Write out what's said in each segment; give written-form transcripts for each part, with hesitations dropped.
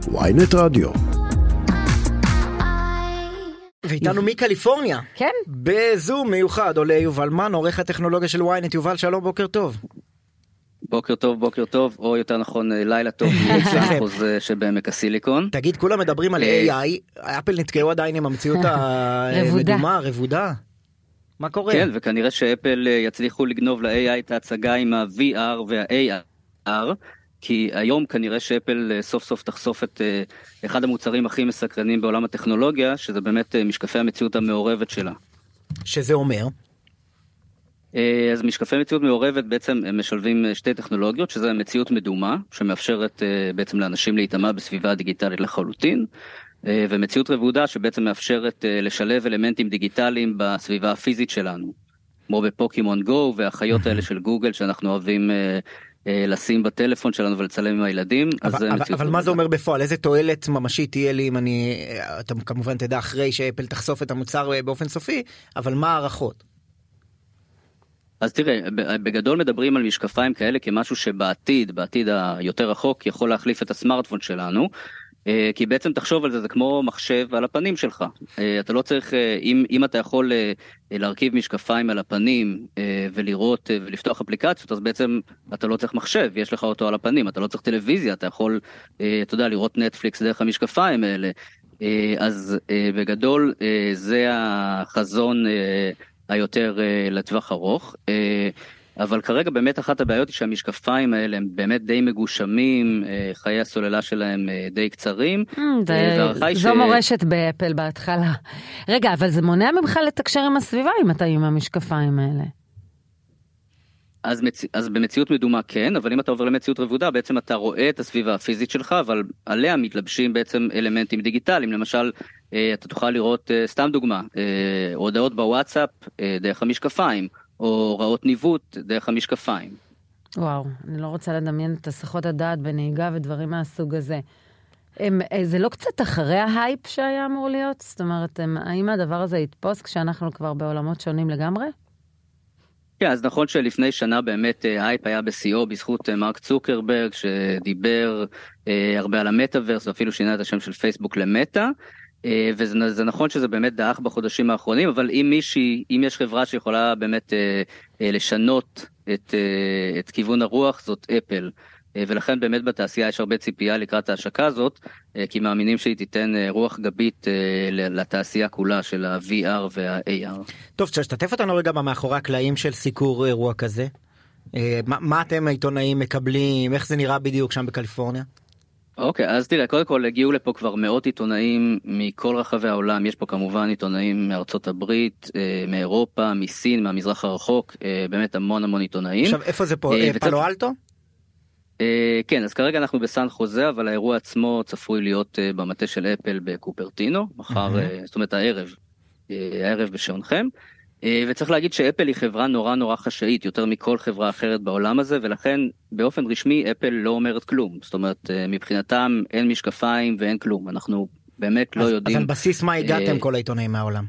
ynet רדיו. ואיתנו מקליפורניה. כן. בזום מיוחד עולה יובל מן, עורך הטכנולוגיה של ynet. יובל, שלום, בוקר טוב. בוקר טוב, או יותר נכון לילה טוב, מחוז שבעמק הסיליקון. תגיד, כולם מדברים על AI, אפל נתקעו עדיין עם המציאות המדומה, הרבודה. מה קורה? כן, וכנראה שאפל יצליחו לגנוב ל-AI את ההצגה עם ה-VR וה-AR, כי היום כנראה שאפל סוף סוף תחשוף את אחד המוצרים הכי מסקרנים בעולם הטכנולוגיה, שזה באמת משקפי המציאות המעורבת שלה. שזה אומר? אז משקפי מציאות מעורבת בעצם הם משלבים שתי טכנולוגיות, שזה מציאות מדומה, שמאפשרת בעצם לאנשים להתאמה בסביבה דיגיטלית לחלוטין, ומציאות רבודה שבעצם מאפשרת לשלב אלמנטים דיגיטליים בסביבה הפיזית שלנו, כמו בפוקימון גו והחיות האלה של גוגל שאנחנו אוהבים לשים בטלפון שלנו ולצלם עם הילדים. אבל מה זה אומר בפועל? איזה תועלת ממשית תהיה לי אם אתה כמובן תדע אחרי שאפל תחשוף את המוצר באופן סופי, אבל מה הערכות? אז תראה, בגדול מדברים על משקפיים כאלה כמשהו שבעתיד היותר רחוק יכול להחליף את הסמארטפון שלנו, כי בעצם תחשוב על זה, זה כמו מחשב על הפנים שלך. אתה לא צריך, אם אתה יכול להרכיב משקפיים על הפנים ולראות ולפתוח אפליקציות, אז בעצם אתה לא צריך מחשב, יש לך אותו על הפנים, אתה לא צריך טלוויזיה, אתה יכול, אתה יודע, לראות נטפליקס דרך המשקפיים האלה. אז בגדול זה החזון היותר לטווח ארוך, אבל כרגע באמת אחת הבעיות היא שהמשקפיים האלה הם באמת די מגושמים, חיי הסוללה שלהם די קצרים. זו מורשת באפל בהתחלה. רגע, אבל זה מונע ממך לתקשר עם הסביבה אם אתה עם המשקפיים האלה. אז במציאות מדומה כן, אבל אם אתה עובר למציאות רבודה, בעצם אתה רואה את הסביבה הפיזית שלך, אבל עליה מתלבשים בעצם אלמנטים דיגיטליים. למשל, אתה תוכל לראות, סתם דוגמה, הודעות בוואטסאפ דרך המשקפיים, או הוראות ניווט דרך המשקפיים. וואו, אני לא רוצה לדמיין את הסחות הדעת בנהיגה ודברים מהסוג הזה. זה לא קצת אחרי ההייפ שהיה אמור להיות? זאת אומרת, האם הדבר הזה יתפוס כשאנחנו כבר בעולמות שונים לגמרי? כן, אז נכון שלפני שנה באמת הייפ היה בשיאו בזכות מרק צוקרברג, שדיבר הרבה על המטאברס, ואפילו שינה את השם של פייסבוק למטה, וזה נכון שזה באמת דאח בחודשים האחרונים, אבל אם יש חברה שיכולה באמת לשנות את כיוון הרוח, זאת אפל. ולכן באמת בתעשייה יש הרבה ציפייה לקראת ההשקה הזאת, כי מאמינים שהיא תיתן רוח גבית לתעשייה כולה של ה-VR וה-AR. טוב, תשתתף אותנו רגע מאחורי הקלעים של סיקור אירוע כזה. מה אתם העיתונאים מקבלים? איך זה נראה בדיוק שם בקליפורניה? אוקיי, אז תראה, קודם כל הגיעו לפה כבר מאות עיתונאים מכל רחבי העולם. יש פה כמובן עיתונאים מארצות הברית, מאירופה, מסין, מהמזרח הרחוק, באמת המון עיתונאים. עכשיו, איפה זה פה? פאלו אלטו? כן, אז כרגע אנחנו בסן חוזה, אבל האירוע עצמו צפוי להיות במטה של אפל בקופרטינו, מחר, זאת אומרת הערב בשעונכם, וצריך להגיד שאפל היא חברה נורא חשאית, יותר מכל חברה אחרת בעולם הזה, ולכן באופן רשמי אפל לא אומרת כלום, זאת אומרת מבחינתם אין משקפיים ואין כלום, אנחנו באמת לא יודעים. אז על בסיס מה הגעתם כל העיתונאים מהעולם?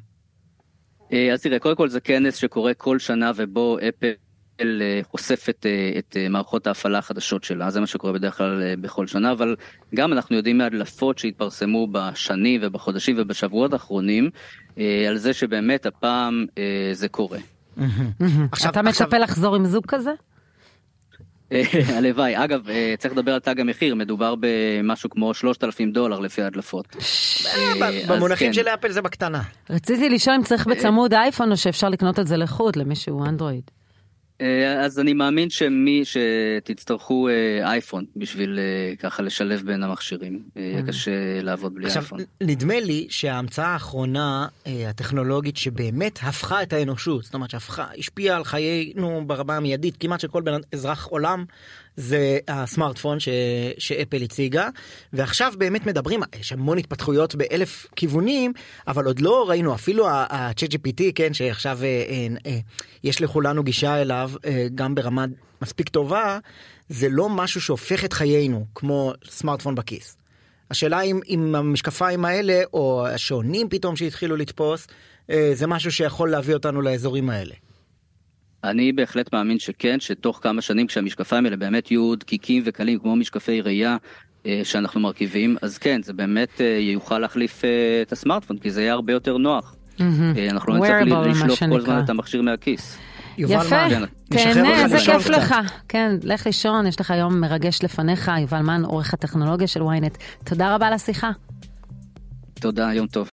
אז תראה, קודם כל זה כנס שקורה כל שנה ובו אפל חושפת את מערכות ההפעלה החדשות שלה, זה מה שקורה בדרך כלל בכל שנה, אבל גם אנחנו יודעים מהדלפות שהתפרסמו בשנים ובחודשים ובשבועות האחרונים, על זה שבאמת הפעם זה קורה. אתה מצפה לחזור עם זוג כזה? הלוואי, אגב, צריך לדבר על תג המחיר, מדובר במשהו כמו $3,000 לפי ההדלפות. במונחים של אפל זה בקטנה. רציתי לשאול אם צריך בצמוד אייפון או שאפשר לקנות את זה לחוד למישהו אנדרואיד. אז אני מאמין שתצטרכו אייפון בשביל ככה לשלב בין המכשירים. יהיה קשה לעבוד בלי אייפון. נדמה לי שההמצאה האחרונה הטכנולוגית שבאמת הפכה את האנושות, זאת אומרת שהשפיעה על חיינו ברמה המיידית, כמעט שכל בן אזרח עולם, זה הסמארטפון שאפל הציגה, ועכשיו באמת מדברים, יש המון התפתחויות באלף כיוונים, אבל עוד לא ראינו, אפילו ה-ChatGPT, כן, שעכשיו יש לכולנו גישה אליו, גם ברמה מספיק טובה, זה לא משהו שהופך את חיינו, כמו סמארטפון בכיס. השאלה אם המשקפיים האלה, או השעונים פתאום שהתחילו לתפוס, זה משהו שיכול להביא אותנו לאזורים האלה. אני בהחלט מאמין שכן, שתוך כמה שנים כשהמשקפיים האלה באמת יהיו דקיקים וקלים כמו משקפי ראייה, שאנחנו מרכיבים, אז כן, זה באמת יוכל להחליף את הסמארטפון, כי זה יהיה הרבה יותר נוח. אנחנו לא נצטרך לשלוף כל זמן את המכשיר מהכיס. יפה, תהנה, איזה כיף לך. כן, לך לישון, יש לך יום מרגש לפניך. יובל מן, עורך הטכנולוגיה של ynet. תודה רבה לשיחה. תודה, יום טוב.